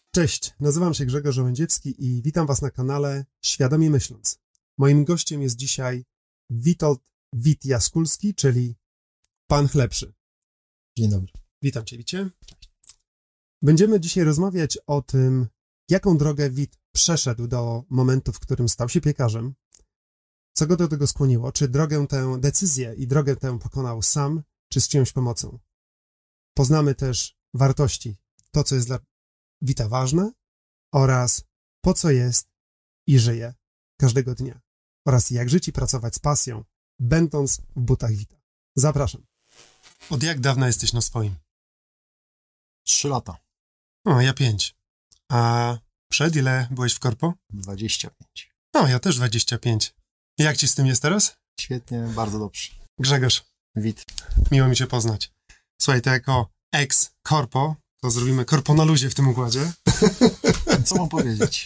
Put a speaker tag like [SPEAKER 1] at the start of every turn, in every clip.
[SPEAKER 1] Cześć, nazywam się Grzegorz Żołędziewski i witam Was na kanale Świadomie Myśląc. Moim gościem jest dzisiaj Witold Wit Jaskulski, czyli Pan Chlebszy.
[SPEAKER 2] Dzień dobry.
[SPEAKER 1] Witam Cię, Wicie. Będziemy dzisiaj rozmawiać o tym, jaką drogę Wit przeszedł do momentu, w którym stał się piekarzem, co go do tego skłoniło, czy drogę tę, decyzję i drogę tę pokonał sam, czy z czyjąś pomocą. Poznamy też wartości, to co jest dla Wita ważne oraz po co jest i żyje każdego dnia oraz jak żyć i pracować z pasją, będąc w butach Wita. Zapraszam. Od jak dawna jesteś na swoim?
[SPEAKER 2] 3 lata.
[SPEAKER 1] O, ja 5. A przed ile byłeś w korpo?
[SPEAKER 2] 25.
[SPEAKER 1] O, ja też 25. Jak ci z tym jest teraz?
[SPEAKER 2] Świetnie, bardzo dobrze.
[SPEAKER 1] Grzegorz,
[SPEAKER 2] Wit.
[SPEAKER 1] miło mi cię poznać. Słuchaj, to jako ex-korpo, to zrobimy korpo na luzie w tym układzie.
[SPEAKER 2] Co mam powiedzieć?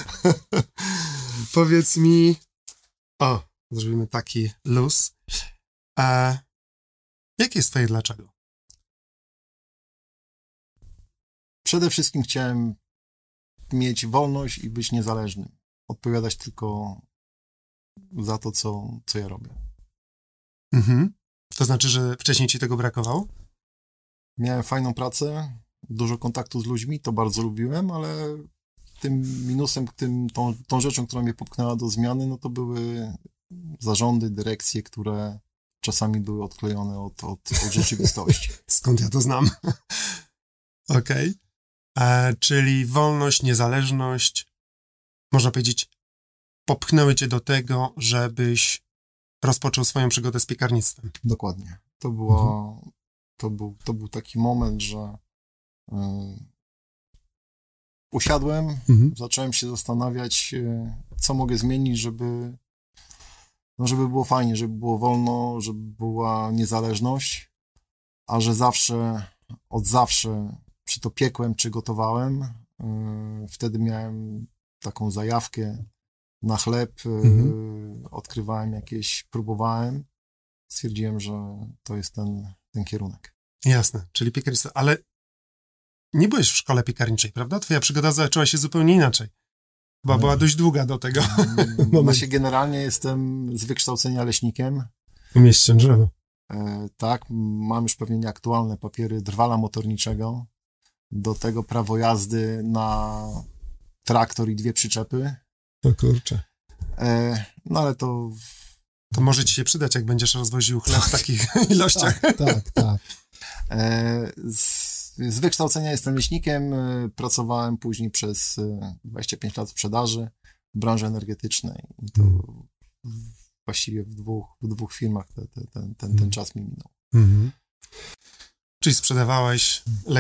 [SPEAKER 1] Powiedz mi... O, zrobimy taki luz. Jakie jest twoje dlaczego?
[SPEAKER 2] Przede wszystkim chciałem mieć wolność i być niezależnym. Odpowiadać tylko za to, co ja robię.
[SPEAKER 1] Mhm. To znaczy, że wcześniej ci tego brakowało?
[SPEAKER 2] Miałem fajną pracę, dużo kontaktu z ludźmi, to bardzo lubiłem, ale tym minusem, tą rzeczą, która mnie popchnęła do zmiany, no to były zarządy, dyrekcje, które czasami były odklejone od rzeczywistości.
[SPEAKER 1] Skąd ja to znam? Okej. Czyli wolność, niezależność, można powiedzieć, popchnęły cię do tego, żebyś rozpoczął swoją przygodę z piekarnictwem.
[SPEAKER 2] Dokładnie. To był taki moment, że usiadłem, zacząłem się zastanawiać, co mogę zmienić, żeby było fajnie, żeby było wolno, żeby była niezależność, a że od zawsze czy to piekłem, czy gotowałem, wtedy miałem taką zajawkę na chleb, odkrywałem próbowałem, stwierdziłem, że to jest ten kierunek.
[SPEAKER 1] Jasne, czyli piekarnictwo, ale nie byłeś w szkole piekarniczej, prawda? Twoja przygoda zaczęła się zupełnie inaczej. Była dość długa do tego
[SPEAKER 2] Właśnie generalnie jestem z wykształcenia leśnikiem.
[SPEAKER 1] W mieście Ciężewo.
[SPEAKER 2] Tak, mam już pewnie nieaktualne papiery drwala motorniczego, do tego prawo jazdy na traktor i 2 przyczepy.
[SPEAKER 1] O kurczę.
[SPEAKER 2] No ale to...
[SPEAKER 1] To może ci się przydać, jak będziesz rozwoził chleb w takich ilościach.
[SPEAKER 2] Tak. Z wykształcenia jestem leśnikiem, pracowałem później przez 25 lat w sprzedaży w branży energetycznej. I to właściwie w dwóch firmach ten czas mi minął.
[SPEAKER 1] Czyli sprzedawałeś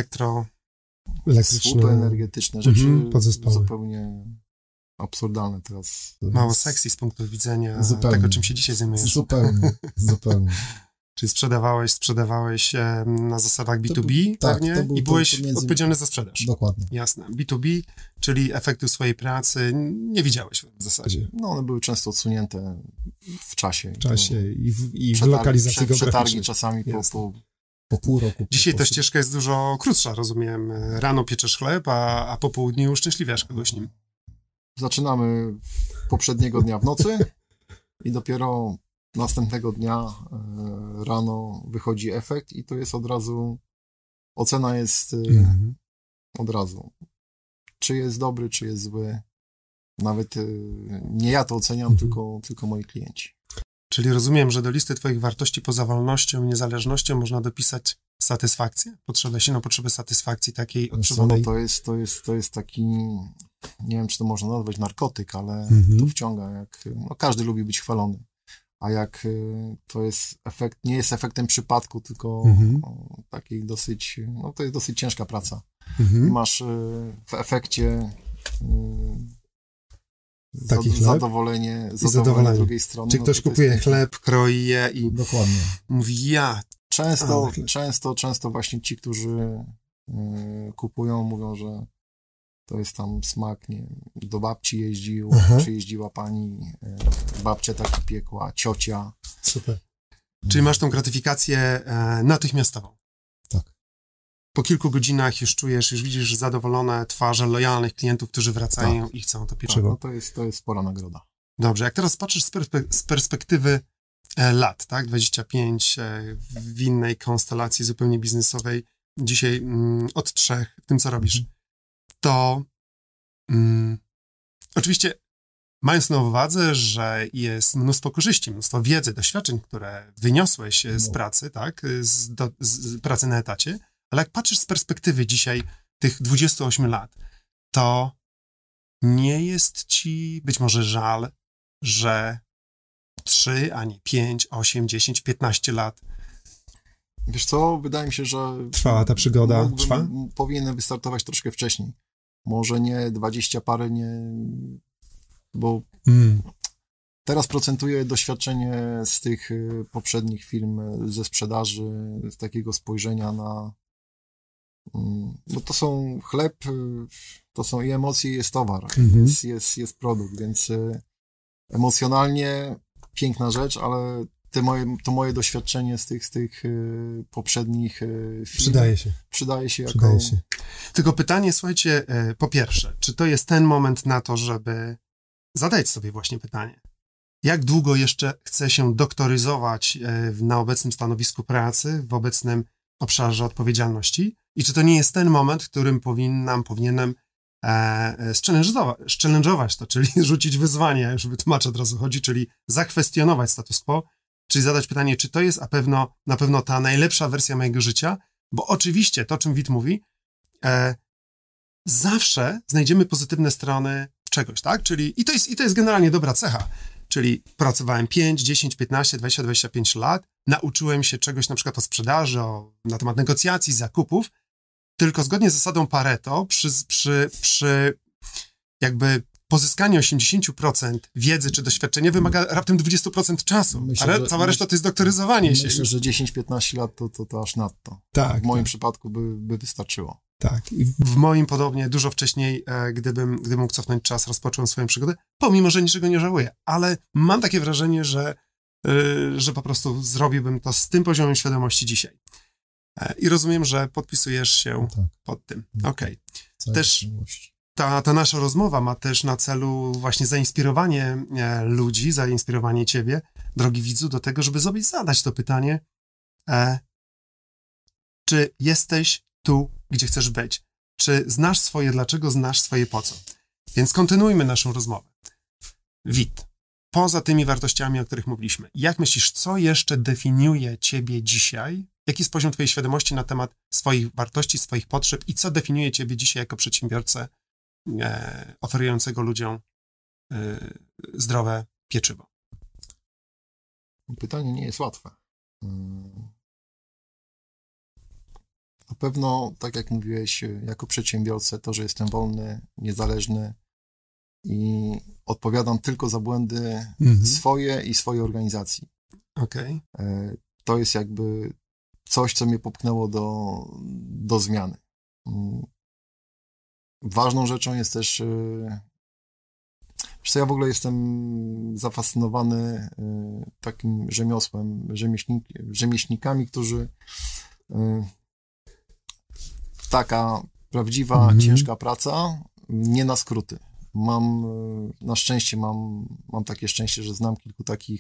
[SPEAKER 2] słupy energetyczne, rzeczy
[SPEAKER 1] podzespoły.
[SPEAKER 2] Zupełnie absurdalne teraz.
[SPEAKER 1] Mało sexy z punktu widzenia tego, czym się dzisiaj zajmujesz.
[SPEAKER 2] Zupełnie.
[SPEAKER 1] Czyli sprzedawałeś na zasadach B2B, pewnie? I byłeś odpowiedzialny za sprzedaż.
[SPEAKER 2] Dokładnie.
[SPEAKER 1] Jasne. B2B, czyli efektu swojej pracy nie widziałeś w zasadzie.
[SPEAKER 2] No one były często odsunięte w czasie.
[SPEAKER 1] I w lokalizacji geograficznej.
[SPEAKER 2] Przetargi czasami po pół roku.
[SPEAKER 1] Dzisiaj ta ścieżka jest dużo krótsza, rozumiem. Rano pieczesz chleb, a po południu uszczęśliwiasz kogoś nim.
[SPEAKER 2] Zaczynamy poprzedniego dnia w nocy i dopiero następnego dnia rano wychodzi efekt i to jest od razu, ocena jest od razu. Czy jest dobry, czy jest zły. Nawet nie ja to oceniam, tylko moi klienci.
[SPEAKER 1] Czyli rozumiem, że do listy twoich wartości poza wolnością i niezależnością można dopisać satysfakcję? Potrzebę satysfakcji takiej otrzymanej.
[SPEAKER 2] To jest taki, nie wiem, czy to można nazwać narkotyk, ale to wciąga. Każdy lubi być chwalony. A jak to jest efekt, nie jest efektem przypadku, tylko takiej dosyć, to jest dosyć ciężka praca. Masz w efekcie zadowolenie z drugiej strony.
[SPEAKER 1] Czy ktoś kupuje chleb, kroi je i
[SPEAKER 2] dokładnie
[SPEAKER 1] mówi
[SPEAKER 2] Często właśnie ci, którzy kupują, mówią, że to jest tam smak, nie wiem, do babci jeździł, przyjeździła pani, babcia taki piekła, ciocia.
[SPEAKER 1] Super. Czyli masz tą gratyfikację natychmiastową.
[SPEAKER 2] Tak.
[SPEAKER 1] po kilku godzinach już czujesz, już widzisz zadowolone twarze lojalnych klientów, którzy wracają i chcą to pieczywo.
[SPEAKER 2] No to jest spora nagroda.
[SPEAKER 1] Dobrze, jak teraz patrzysz z perspektywy lat, tak, 25 w innej konstelacji zupełnie biznesowej, dzisiaj od 3 w tym, co robisz, to oczywiście mając na uwadze, że jest mnóstwo korzyści, mnóstwo wiedzy, doświadczeń, które wyniosłeś z pracy, tak, z pracy na etacie, ale jak patrzysz z perspektywy dzisiaj tych 28 lat, to nie jest ci być może żal, że 3, a nie 5, 8, 10, 15 lat.
[SPEAKER 2] Wiesz co, wydaje mi się, że
[SPEAKER 1] trwała ta przygoda.
[SPEAKER 2] Powinienem wystartować troszkę wcześniej. Może nie 20 parę, nie... Bo teraz procentuję doświadczenie z tych poprzednich firm, ze sprzedaży, z takiego spojrzenia na... Bo to są chleb, to są i emocje, jest towar, jest produkt, więc emocjonalnie piękna rzecz, ale to moje doświadczenie z tych poprzednich firm przydaje się jako...
[SPEAKER 1] Tylko pytanie, słuchajcie, po pierwsze, czy to jest ten moment na to, żeby zadać sobie właśnie pytanie, jak długo jeszcze chcę się doktoryzować na obecnym stanowisku pracy, w obecnym obszarze odpowiedzialności i czy to nie jest ten moment, w którym powinienem challenge'ować to, czyli rzucić wyzwanie, już wytłumaczę od razu chodzi, czyli zakwestionować status quo, czyli zadać pytanie, czy to jest na pewno ta najlepsza wersja mojego życia, bo oczywiście to, o czym Wit mówi, zawsze znajdziemy pozytywne strony czegoś, tak? Czyli i to jest generalnie dobra cecha, czyli pracowałem 5, 10, 15, 20, 25 lat, nauczyłem się czegoś na przykład o sprzedaży, na temat negocjacji, zakupów, tylko zgodnie z zasadą Pareto przy jakby pozyskaniu 80% wiedzy czy doświadczenia wymaga raptem 20% czasu, ale cała reszta to jest doktoryzowanie się.
[SPEAKER 2] Myślę, że 10-15 lat to aż nadto.
[SPEAKER 1] Tak,
[SPEAKER 2] w moim przypadku by wystarczyło.
[SPEAKER 1] Tak. I w moim podobnie dużo wcześniej, gdybym mógł cofnąć czas, rozpocząłem swoją przygodę, pomimo, że niczego nie żałuję. Ale mam takie wrażenie, że po prostu zrobiłbym to z tym poziomem świadomości dzisiaj. I rozumiem, że podpisujesz się pod tym. Okej. Też ta nasza rozmowa ma też na celu właśnie zainspirowanie ludzi, zainspirowanie ciebie, drogi widzu, do tego, żeby sobie zadać to pytanie, czy jesteś tu, gdzie chcesz być? Czy znasz swoje dlaczego, znasz swoje po co? Więc kontynuujmy naszą rozmowę. Wit, poza tymi wartościami, o których mówiliśmy, jak myślisz, co jeszcze definiuje ciebie dzisiaj? Jaki jest poziom twojej świadomości na temat swoich wartości, swoich potrzeb i co definiuje ciebie dzisiaj jako przedsiębiorcę oferującego ludziom zdrowe pieczywo?
[SPEAKER 2] Pytanie nie jest łatwe. Na pewno, tak jak mówiłeś, jako przedsiębiorcę, to, że jestem wolny, niezależny i odpowiadam tylko za błędy swoje i swojej organizacji.
[SPEAKER 1] Okej.
[SPEAKER 2] To jest jakby coś, co mnie popchnęło do zmiany. Ważną rzeczą jest też, że ja w ogóle jestem zafascynowany takim rzemiosłem, rzemieślnikami, którzy taka prawdziwa, ciężka praca, nie na skróty. Na szczęście mam takie szczęście, że znam kilku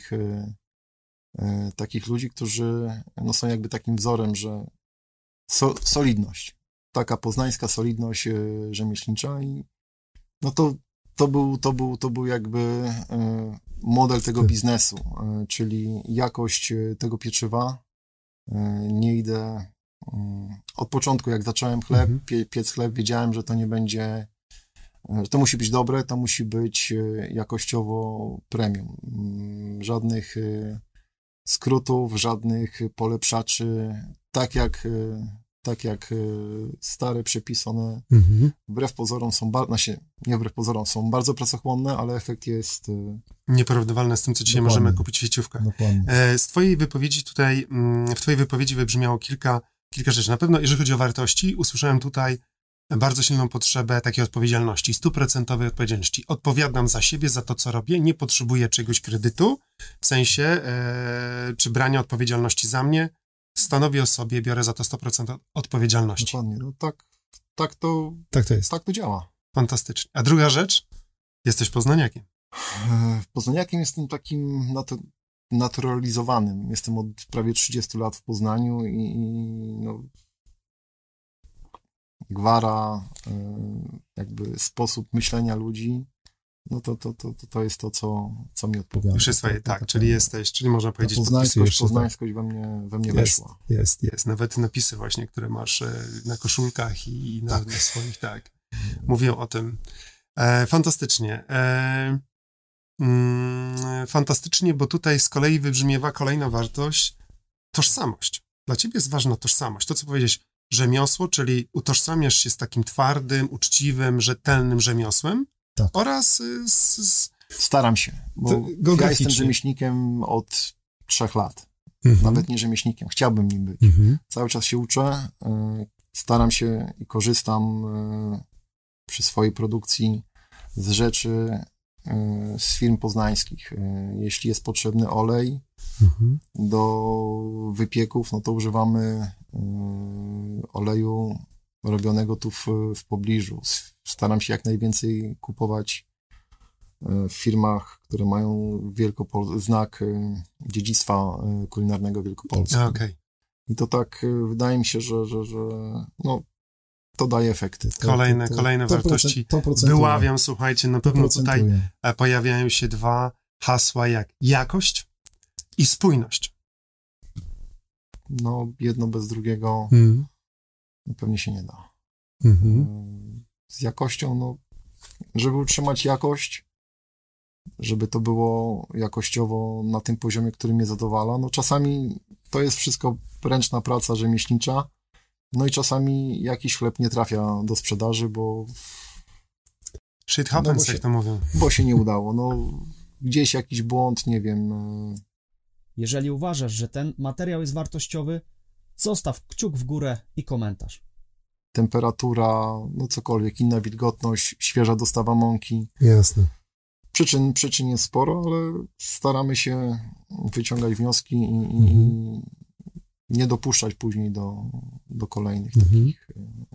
[SPEAKER 2] takich ludzi, którzy są jakby takim wzorem, że solidność, taka poznańska solidność rzemieślnicza i to był jakby model tego biznesu, czyli jakość tego pieczywa. Nie idę od początku, jak zacząłem piec chleb, wiedziałem, że to nie będzie, że to musi być dobre, to musi być jakościowo premium. Żadnych skrótów, żadnych polepszaczy, tak jak stare przepisy, one wbrew pozorom są bardzo pracochłonne, ale efekt jest
[SPEAKER 1] nieporównywalne z tym, co dzisiaj możemy kupić w sieciówkach. Z twojej wypowiedzi w twojej wypowiedzi wybrzmiało kilka rzeczy. Na pewno, jeżeli chodzi o wartości, usłyszałem tutaj bardzo silną potrzebę takiej odpowiedzialności, 100% odpowiedzialności. Odpowiadam za siebie, za to, co robię, nie potrzebuję czegoś kredytu, w sensie, czy brania odpowiedzialności za mnie, stanowię o sobie, biorę za to 100% odpowiedzialności.
[SPEAKER 2] Dokładnie, no tak
[SPEAKER 1] to jest.
[SPEAKER 2] Tak to działa.
[SPEAKER 1] Fantastycznie. A druga rzecz, jesteś poznaniakiem.
[SPEAKER 2] Poznaniakiem jestem takim naturalizowanym. Jestem od prawie 30 lat w Poznaniu i no, gwara, jakby sposób myślenia ludzi, no to jest to, co mi odpowiada.
[SPEAKER 1] Już jest swoje, tak, czyli można powiedzieć...
[SPEAKER 2] Poznańskość we mnie weszła.
[SPEAKER 1] Jest. Nawet napisy właśnie, które masz na koszulkach i na swoich, tak, mówią o tym. Fantastycznie. Fantastycznie, bo tutaj z kolei wybrzmiewa kolejna wartość, tożsamość. Dla ciebie jest ważna tożsamość. To, co powiedziałeś, rzemiosło, czyli utożsamiasz się z takim twardym, uczciwym, rzetelnym rzemiosłem,
[SPEAKER 2] tak.
[SPEAKER 1] Oraz
[SPEAKER 2] staram się, bo ja jestem rzemieślnikiem od 3 lat. Nawet nie rzemieślnikiem, chciałbym nim być. Cały czas się uczę, staram się i korzystam przy swojej produkcji z rzeczy z firm poznańskich. Jeśli jest potrzebny olej do wypieków, no to używamy oleju robionego tu w pobliżu. Staram się jak najwięcej kupować w firmach, które mają znak dziedzictwa kulinarnego Wielkopolski.
[SPEAKER 1] Okay.
[SPEAKER 2] I to tak wydaje mi się, że no, to daje efekty.
[SPEAKER 1] Kolejne wartości wyławiam, słuchajcie, na pewno tutaj pojawiają się 2 hasła jak jakość i spójność.
[SPEAKER 2] No, jedno bez drugiego pewnie się nie da. Z jakością, no, żeby utrzymać jakość, żeby to było jakościowo na tym poziomie, który mnie zadowala, no czasami to jest wszystko ręczna praca rzemieślnicza, no i czasami jakiś chleb nie trafia do sprzedaży, bo...
[SPEAKER 1] Shit happens, jak to mówią.
[SPEAKER 2] Bo się nie udało, no gdzieś jakiś błąd, nie wiem.
[SPEAKER 3] Jeżeli uważasz, że ten materiał jest wartościowy, zostaw kciuk w górę i komentarz.
[SPEAKER 2] Temperatura, no cokolwiek, inna wilgotność, świeża dostawa mąki.
[SPEAKER 1] Jasne.
[SPEAKER 2] Przyczyn jest sporo, ale staramy się wyciągać wnioski i nie dopuszczać później do kolejnych takich.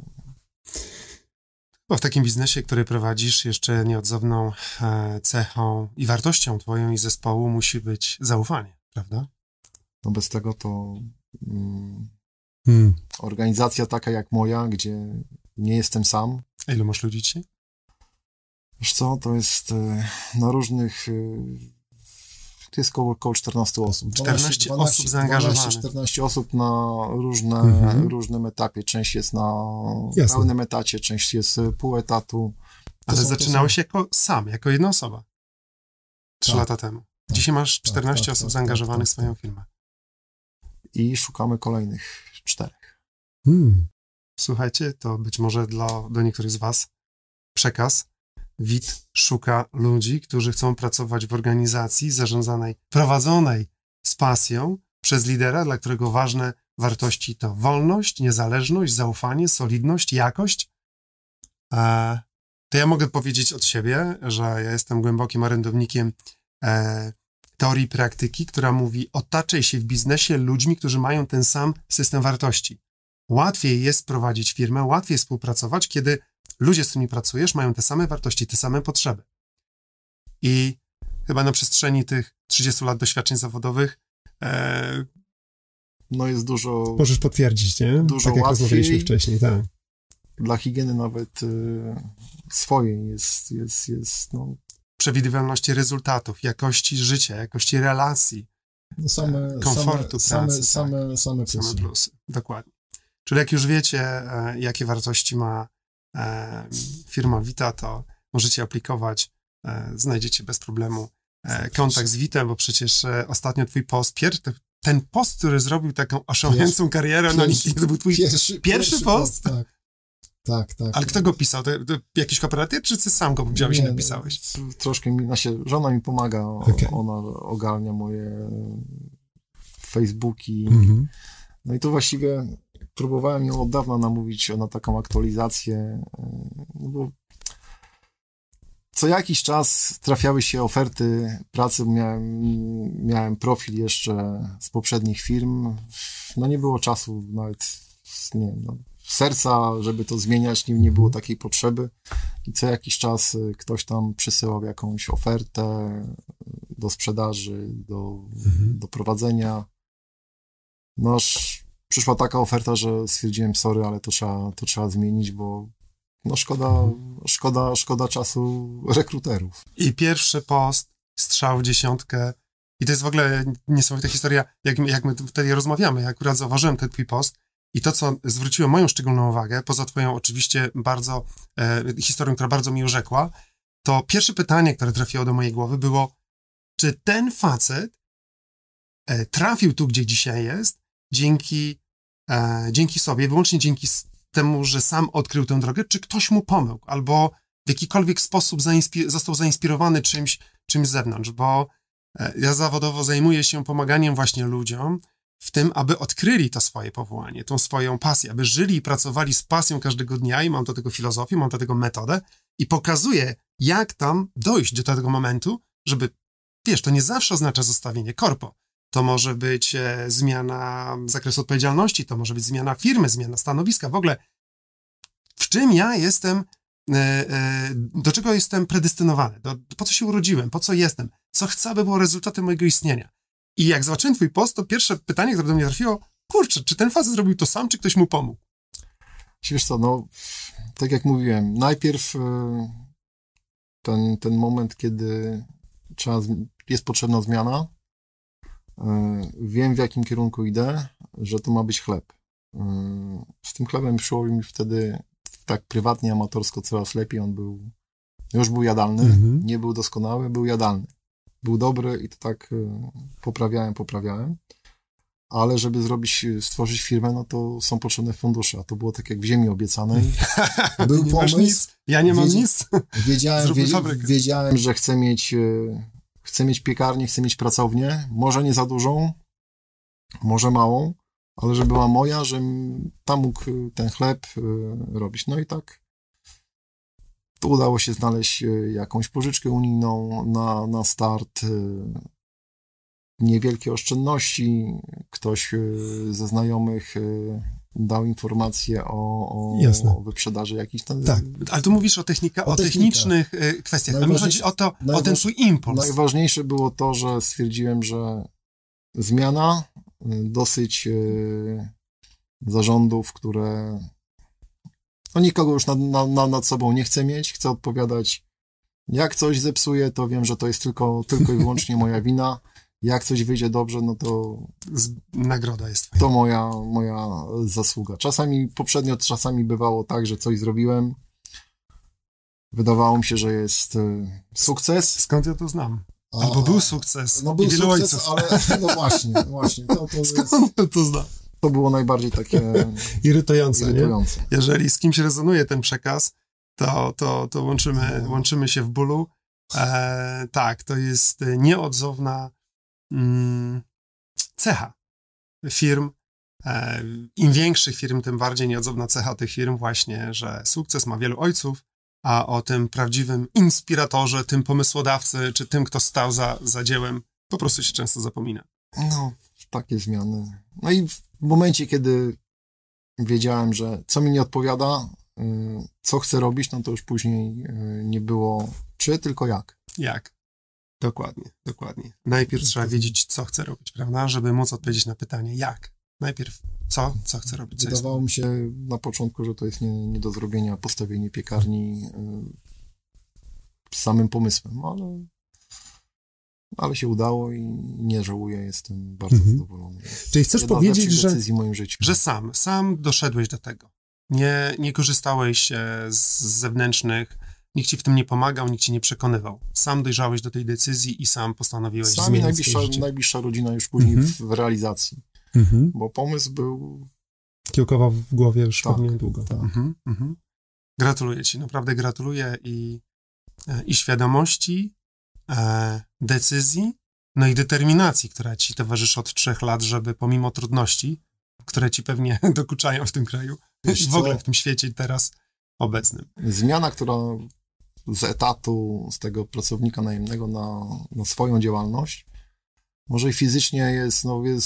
[SPEAKER 1] Bo w takim biznesie, który prowadzisz, jeszcze nieodzowną cechą i wartością twoją i zespołu musi być zaufanie, prawda?
[SPEAKER 2] No bez tego to organizacja taka jak moja, gdzie nie jestem sam.
[SPEAKER 1] A ilu masz ludzi dzisiaj?
[SPEAKER 2] Wiesz co, to jest na różnych... To jest około 14 osób.
[SPEAKER 1] 14 osób zaangażowanych.
[SPEAKER 2] 14 osób na różnym etapie. Część jest na pełnym etacie, część jest pół etatu.
[SPEAKER 1] Ale zaczynałeś jako jedna osoba. 3 lata temu. Dzisiaj masz 14 osób zaangażowanych w swoją firmę.
[SPEAKER 2] I szukamy kolejnych 4.
[SPEAKER 1] Słuchajcie, to być może do niektórych z was przekaz. WIT szuka ludzi, którzy chcą pracować w organizacji zarządzanej, prowadzonej z pasją przez lidera, dla którego ważne wartości to wolność, niezależność, zaufanie, solidność, jakość. To ja mogę powiedzieć od siebie, że ja jestem głębokim orędownikiem teorii praktyki, która mówi: otaczaj się w biznesie ludźmi, którzy mają ten sam system wartości. Łatwiej jest prowadzić firmę, łatwiej współpracować, kiedy ludzie, z którymi pracujesz, mają te same wartości, te same potrzeby. I chyba na przestrzeni tych 30 lat doświadczeń zawodowych
[SPEAKER 2] no jest dużo...
[SPEAKER 1] Możesz potwierdzić, nie?
[SPEAKER 2] Dużo
[SPEAKER 1] tak jak
[SPEAKER 2] łatwiej.
[SPEAKER 1] Rozmawialiśmy wcześniej, tak.
[SPEAKER 2] Dla higieny nawet swojej jest no...
[SPEAKER 1] przewidywalności rezultatów, jakości życia, jakości relacji, komfortu pracy.
[SPEAKER 2] Same
[SPEAKER 1] plusy. Dokładnie. Czyli jak już wiecie, jakie wartości ma firma Vita, to możecie aplikować, znajdziecie bez problemu kontakt z Vitem, bo przecież ostatnio twój post, ten post, który zrobił taką osiągającą karierę, to był twój pierwszy post?
[SPEAKER 2] Tak.
[SPEAKER 1] Ale kto go pisał? To jakiś kooperatyw, czy ty sam go wziąłeś i napisałeś?
[SPEAKER 2] Troszkę żona mi pomaga, ona ogarnia moje Facebooki. No i to właściwie próbowałem ją od dawna namówić na taką aktualizację, no bo co jakiś czas trafiały się oferty pracy, miałem profil jeszcze z poprzednich firm. No nie było czasu nawet, nie wiem, no, serca, żeby to zmieniać, nie było takiej potrzeby. I co jakiś czas ktoś tam przysyłał jakąś ofertę do sprzedaży, do prowadzenia. No aż przyszła taka oferta, że stwierdziłem, sorry, ale to trzeba zmienić, bo no szkoda czasu rekruterów.
[SPEAKER 1] I pierwszy post, strzał w dziesiątkę. I to jest w ogóle niesamowita historia, jak my wtedy rozmawiamy. Ja akurat zauważyłem ten twój post i to, co zwróciło moją szczególną uwagę, poza twoją oczywiście bardzo historią, która bardzo mi urzekła, to pierwsze pytanie, które trafiło do mojej głowy było, czy ten facet trafił tu, gdzie dzisiaj jest, dzięki sobie, wyłącznie dzięki temu, że sam odkrył tę drogę, czy ktoś mu pomógł, albo w jakikolwiek sposób został zainspirowany czymś z zewnątrz, bo ja zawodowo zajmuję się pomaganiem właśnie ludziom w tym, aby odkryli to swoje powołanie, tą swoją pasję, aby żyli i pracowali z pasją każdego dnia i mam do tego filozofię, mam do tego metodę i pokazuję, jak tam dojść do tego momentu, żeby, wiesz, to nie zawsze oznacza zostawienie korpo. To może być zmiana zakresu odpowiedzialności, to może być zmiana firmy, zmiana stanowiska. W ogóle w czym ja jestem, do czego jestem predestynowany, po co się urodziłem, po co jestem, co chcę, aby było rezultatem mojego istnienia. I jak zobaczyłem twój post, to pierwsze pytanie, które do mnie trafiło, kurczę, czy ten facet zrobił to sam, czy ktoś mu pomógł?
[SPEAKER 2] Wiesz co, no, tak jak mówiłem, najpierw ten moment, kiedy jest potrzebna zmiana, wiem, w jakim kierunku idę, że to ma być chleb. Z tym chlebem szło mi wtedy tak prywatnie, amatorsko coraz lepiej. On już był jadalny, nie był doskonały, był jadalny. Był dobry i to tak poprawiałem. Ale żeby stworzyć firmę, no to są potrzebne fundusze, a to było tak jak w ziemi obiecanej. Był pomysł.
[SPEAKER 1] Ja nie mam nic.
[SPEAKER 2] Wiedziałem, że chcę mieć piekarnię, chcę mieć pracownię, może nie za dużą, może małą, ale żeby była moja, żebym tam mógł ten chleb robić. No i tak to udało się znaleźć jakąś pożyczkę unijną na start, niewielkie oszczędności. Ktoś ze znajomych dał informacje o wyprzedaży jakichś tam...
[SPEAKER 1] Tak, ale tu mówisz o technicznych kwestiach, a mi chodzi o ten swój impuls.
[SPEAKER 2] Najważniejsze było to, że stwierdziłem, że zmiana, dosyć zarządów, które nikogo już nad sobą nie chcę mieć, chcę odpowiadać, jak coś zepsuję, to wiem, że to jest tylko i wyłącznie moja wina. Jak coś wyjdzie dobrze, no to...
[SPEAKER 1] Nagroda jest twoja.
[SPEAKER 2] To moja zasługa. Czasami bywało tak, że coś zrobiłem. Wydawało mi się, że jest sukces.
[SPEAKER 1] Skąd ja to znam? Albo był sukces.
[SPEAKER 2] No był sukces, ojców. Ale no właśnie.
[SPEAKER 1] Skąd ja to znam?
[SPEAKER 2] To było najbardziej takie...
[SPEAKER 1] irytujące. Nie? Jeżeli z kimś rezonuje ten przekaz, to łączymy się w bólu. Tak, to jest nieodzowna cecha firm. Im większych firm, tym bardziej nieodzowna cecha tych firm właśnie, że sukces ma wielu ojców, a o tym prawdziwym inspiratorze, tym pomysłodawcy, czy tym, kto stał za dziełem, po prostu się często zapomina.
[SPEAKER 2] No, takie zmiany. No i w momencie, kiedy wiedziałem, że co mi nie odpowiada, co chcę robić, no to już później nie było czy, tylko jak.
[SPEAKER 1] Jak? Dokładnie. Najpierw trzeba wiedzieć, co chcę robić, prawda? Żeby móc odpowiedzieć na pytanie, jak. Najpierw co chcę robić.
[SPEAKER 2] Wydawało mi się na początku, że to jest nie do zrobienia postawienie piekarni z samym pomysłem, ale się udało i nie żałuję, jestem bardzo zadowolony.
[SPEAKER 1] Czyli chcesz powiedzieć,
[SPEAKER 2] decyzji w moim życiu.
[SPEAKER 1] Że sam doszedłeś do tego. Nie korzystałeś z zewnętrznych, nikt ci w tym nie pomagał, nikt ci nie przekonywał. Sam dojrzałeś do tej decyzji i sam postanowiłeś zmienić swoje życie.
[SPEAKER 2] Najbliższa rodzina już później w realizacji. Bo pomysł był...
[SPEAKER 1] Kiełkował w głowie już pewnie długo.
[SPEAKER 2] Tak.
[SPEAKER 1] Gratuluję ci, naprawdę gratuluję i świadomości, decyzji, no i determinacji, która ci towarzyszy od 3 lat, żeby pomimo trudności, które ci pewnie dokuczają w tym kraju, w ogóle w tym świecie teraz obecnym.
[SPEAKER 2] Zmiana, która z etatu, z tego pracownika najemnego na swoją działalność. Może i fizycznie jest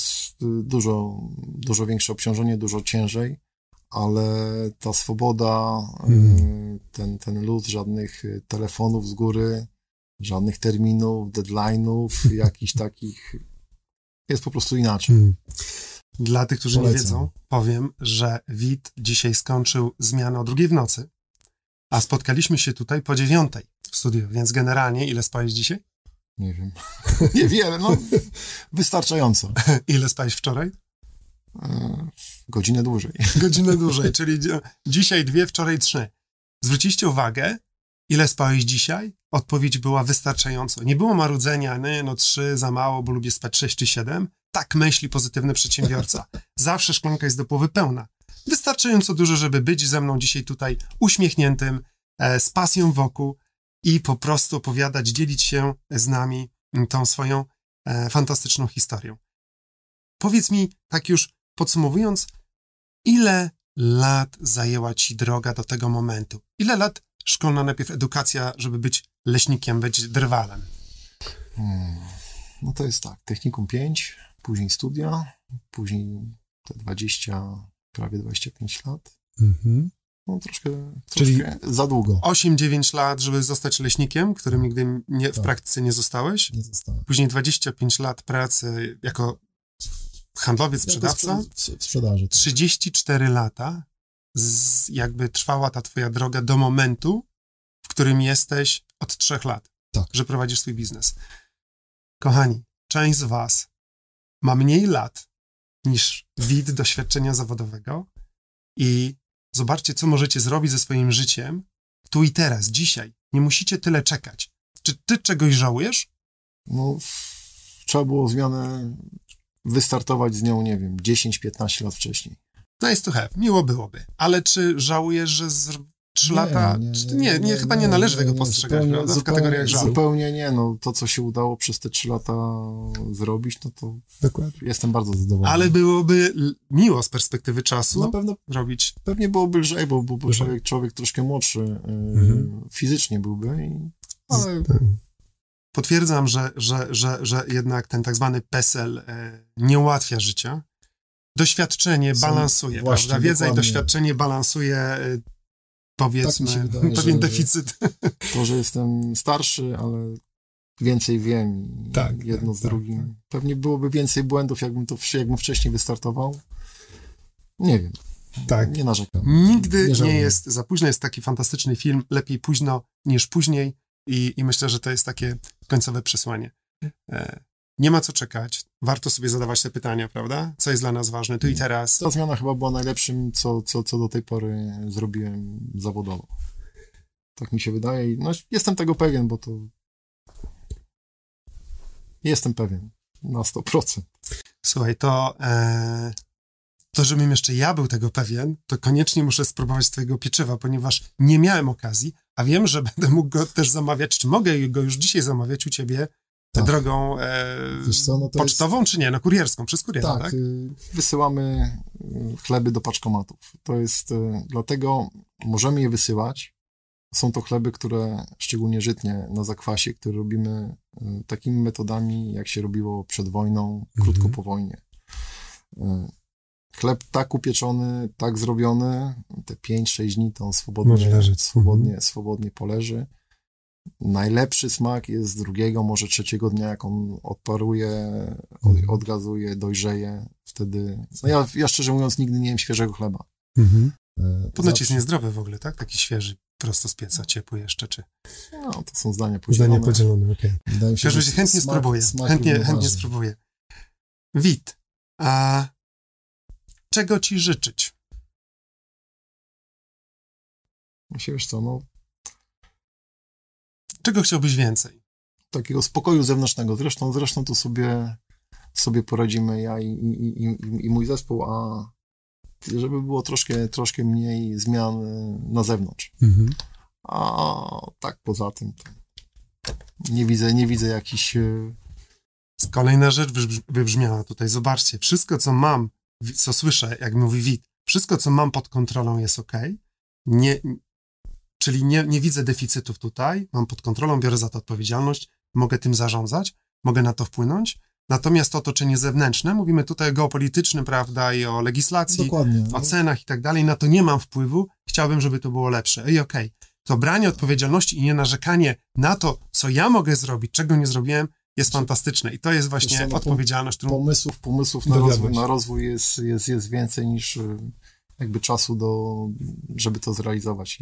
[SPEAKER 2] dużo większe obciążenie, dużo ciężej, ale ta swoboda, ten luz, żadnych telefonów z góry, żadnych terminów, deadline'ów, jakichś takich, jest po prostu inaczej.
[SPEAKER 1] Dla tych, którzy nie wiedzą, powiem, że Wit dzisiaj skończył zmianę o 2:00 w nocy, a spotkaliśmy się tutaj po 9:00 w studiu, więc generalnie ile spałeś dzisiaj?
[SPEAKER 2] Nie wiem. Niewiele, wystarczająco.
[SPEAKER 1] Ile spałeś wczoraj?
[SPEAKER 2] Godzinę dłużej.
[SPEAKER 1] Godzinę dłużej, czyli dzisiaj 2, wczoraj 3. Zwróciliście uwagę, ile spałeś dzisiaj? Odpowiedź była wystarczająco. Nie było marudzenia, 3 za mało, bo lubię spać 6 czy 7. Tak myśli pozytywny przedsiębiorca. Zawsze szklanka jest do połowy pełna. Wystarczająco dużo, żeby być ze mną dzisiaj tutaj uśmiechniętym, z pasją wokół i po prostu opowiadać, dzielić się z nami tą swoją fantastyczną historią. Powiedz mi, tak już podsumowując, ile lat zajęła ci droga do tego momentu? Ile lat szkolna najpierw edukacja, żeby być leśnikiem, być drwalem?
[SPEAKER 2] No to jest tak, technikum 5, później studia, później te prawie 25 lat. No troszkę
[SPEAKER 1] Czyli
[SPEAKER 2] za długo.
[SPEAKER 1] 8-9 lat, żeby zostać leśnikiem, którym nigdy w praktyce nie zostałeś.
[SPEAKER 2] Nie zostałem.
[SPEAKER 1] Później 25 lat pracy jako handlowiec, sprzedawca.
[SPEAKER 2] Sprzedaży.
[SPEAKER 1] 34 lata jakby trwała ta twoja droga do momentu, w którym jesteś od 3 lat, że prowadzisz swój biznes. Kochani, część z was ma mniej lat niż Wit doświadczenia zawodowego i zobaczcie, co możecie zrobić ze swoim życiem tu i teraz, dzisiaj. Nie musicie tyle czekać. Czy ty czegoś żałujesz?
[SPEAKER 2] No, trzeba było zmianę wystartować z nią, nie wiem, 10-15 lat wcześniej.
[SPEAKER 1] Nice to have, miło byłoby. Ale czy żałujesz, że 3 lata... Nie, chyba nie należy tego postrzegać, prawda? W kategoriach żalu.
[SPEAKER 2] Zupełnie nie, to co się udało przez te 3 lata zrobić, to
[SPEAKER 1] dokładnie.
[SPEAKER 2] Jestem bardzo zadowolony.
[SPEAKER 1] Ale byłoby miło z perspektywy czasu
[SPEAKER 2] na pewno
[SPEAKER 1] robić.
[SPEAKER 2] Pewnie byłoby lżej, bo człowiek troszkę młodszy fizycznie byłby. Ale...
[SPEAKER 1] Potwierdzam, że jednak ten tak zwany PESEL nie ułatwia życia. Doświadczenie balansuje, prawda? Wiedza i doświadczenie balansuje, powiedzmy, tak wydaje, pewien deficyt.
[SPEAKER 2] To, że jestem starszy, ale więcej wiem. Jedno z drugim. Pewnie byłoby więcej błędów, jakbym wcześniej wystartował. Nie wiem. Nie narzekam.
[SPEAKER 1] Nigdy nie jest za późno. Jest taki fantastyczny film, lepiej późno niż później i myślę, że to jest takie końcowe przesłanie. Nie ma co czekać. Warto sobie zadawać te pytania, prawda? Co jest dla nas ważne tu i teraz.
[SPEAKER 2] Ta zmiana chyba była najlepszym, co do tej pory zrobiłem zawodowo. Tak mi się wydaje i jestem tego pewien, bo to jestem pewien na 100%.
[SPEAKER 1] Słuchaj, to żebym jeszcze ja był tego pewien, to koniecznie muszę spróbować twojego pieczywa, ponieważ nie miałem okazji, a wiem, że będę mógł go też zamawiać, czy mogę go już dzisiaj zamawiać u ciebie drogą pocztową, czy nie? Kurierską, przez kuriera, tak?
[SPEAKER 2] Wysyłamy chleby do paczkomatów. To jest, dlatego możemy je wysyłać. Są to chleby, które szczególnie żytnie na zakwasie, które robimy takimi metodami, jak się robiło przed wojną, krótko po wojnie. Chleb tak upieczony, tak zrobiony, te 5-6 dni to on swobodnie poleży. Najlepszy smak jest z 2, może 3 dnia, jak on odparuje, odgazuje, dojrzeje. Wtedy, ja szczerze mówiąc nigdy nie jem świeżego chleba.
[SPEAKER 1] Ponoć jest niezdrowy w ogóle, tak? Taki świeży, prosto z pieca, ciepły jeszcze, czy...
[SPEAKER 2] To są zdania podzielone.
[SPEAKER 1] Zdania podzielone, okej. W każdym razie chętnie spróbuję. Chętnie spróbuję. Wit, a czego ci życzyć?
[SPEAKER 2] Wiesz co,
[SPEAKER 1] czego chciałbyś więcej?
[SPEAKER 2] Takiego spokoju zewnętrznego. Zresztą to sobie poradzimy ja i mój zespół, a żeby było troszkę mniej zmian na zewnątrz. A tak poza tym to nie widzę jakichś...
[SPEAKER 1] Kolejna rzecz wybrzmiała tutaj. Zobaczcie, wszystko co mam, co słyszę, jak mówi Wit, wszystko co mam pod kontrolą jest okej. Czyli nie widzę deficytów tutaj, mam pod kontrolą, biorę za to odpowiedzialność, mogę tym zarządzać, mogę na to wpłynąć. Natomiast to otoczenie zewnętrzne, mówimy tutaj o geopolitycznym, prawda, i o legislacji,
[SPEAKER 2] Dokładnie.
[SPEAKER 1] o cenach i tak dalej, na to nie mam wpływu, chciałbym, żeby to było lepsze. I okej, to branie odpowiedzialności i nie narzekanie na to, co ja mogę zrobić, czego nie zrobiłem, jest fantastyczne. I to jest właśnie odpowiedzialność, którą...
[SPEAKER 2] Pomysłów na rozwój jest więcej niż jakby czasu żeby to zrealizować.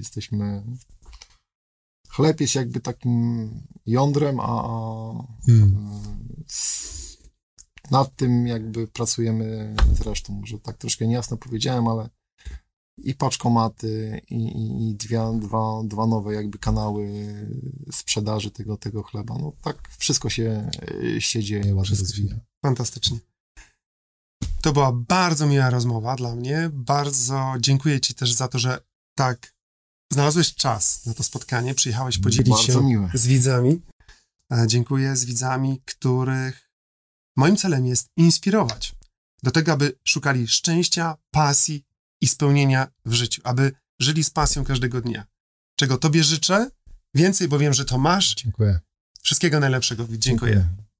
[SPEAKER 2] Chleb jest jakby takim jądrem, a nad tym jakby pracujemy zresztą. Może tak troszkę niejasno powiedziałem, ale i paczkomaty, i dwa nowe jakby kanały sprzedaży tego chleba. No tak wszystko się dzieje, ładnie rozwija.
[SPEAKER 1] Fantastycznie. To była bardzo miła rozmowa dla mnie. Bardzo dziękuję Ci też za to, że tak znalazłeś czas na to spotkanie, przyjechałeś podzielić się z widzami. Dziękuję z widzami, których moim celem jest inspirować do tego, aby szukali szczęścia, pasji i spełnienia w życiu, aby żyli z pasją każdego dnia. Czego Tobie życzę, więcej, bo wiem, że to masz.
[SPEAKER 2] Dziękuję.
[SPEAKER 1] Wszystkiego najlepszego. Dziękuję.